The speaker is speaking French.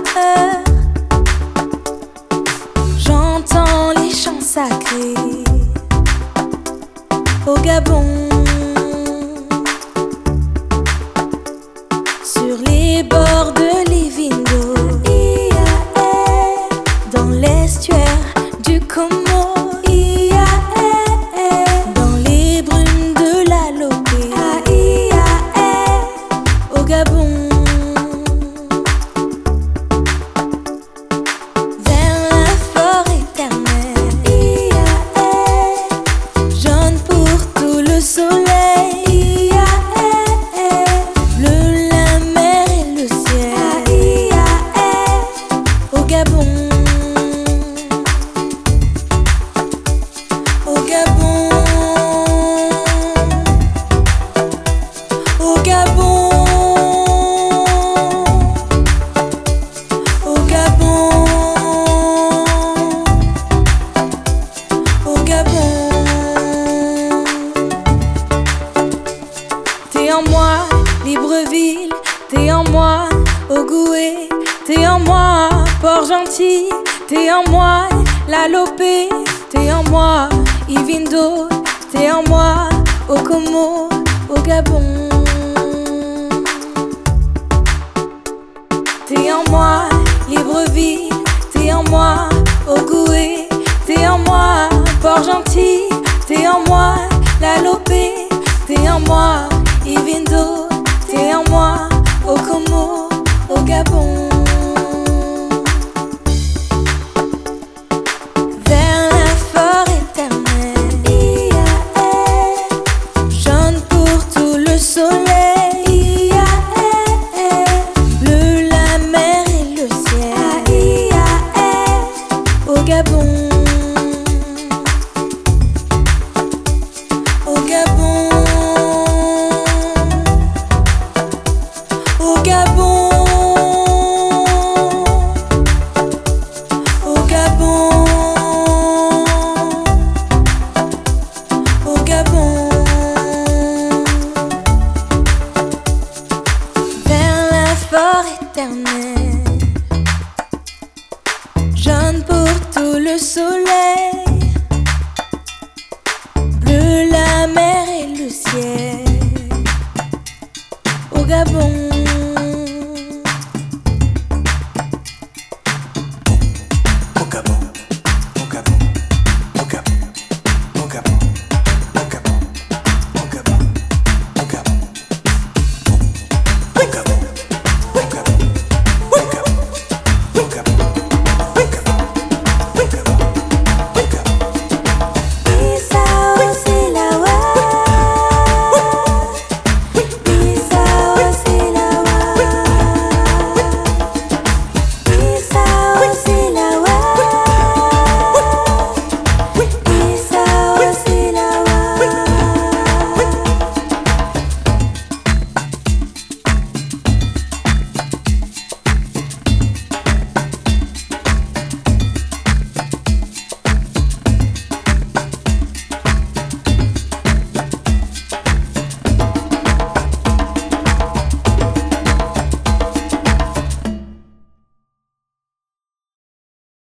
J'entends les chants sacrés au Gabon, sur les bords de l'Ivindo, dans l'estuaire du Como, dans les brumes de la Lopé, au Gabon. Soleil, bleu la mer et le ciel, au Gabon, au Gabon, au Gabon, au Gabon, au Gabon. T'es en moi, Libreville, t'es en moi, Ogoué, t'es en moi, Port-Gentil, t'es en moi, La Lopé, t'es en moi, Ivindo, t'es en moi, au Como, au Gabon. T'es en moi, Libreville, t'es en moi, Ogoué, t'es en moi, Port-Gentil, t'es en moi, La Lopé, t'es en moi, Ivindo, t'es en moi, au Como, au Gabon. Vers la forêt éternelle, jaune pour tout le soleil, bleu la mer et le ciel, au Gabon, au Gabon. Au Gabon, au Gabon, au Gabon, vers la forêt éternelle, jaune pour tout le soleil, bleu la mer et le ciel, au Gabon.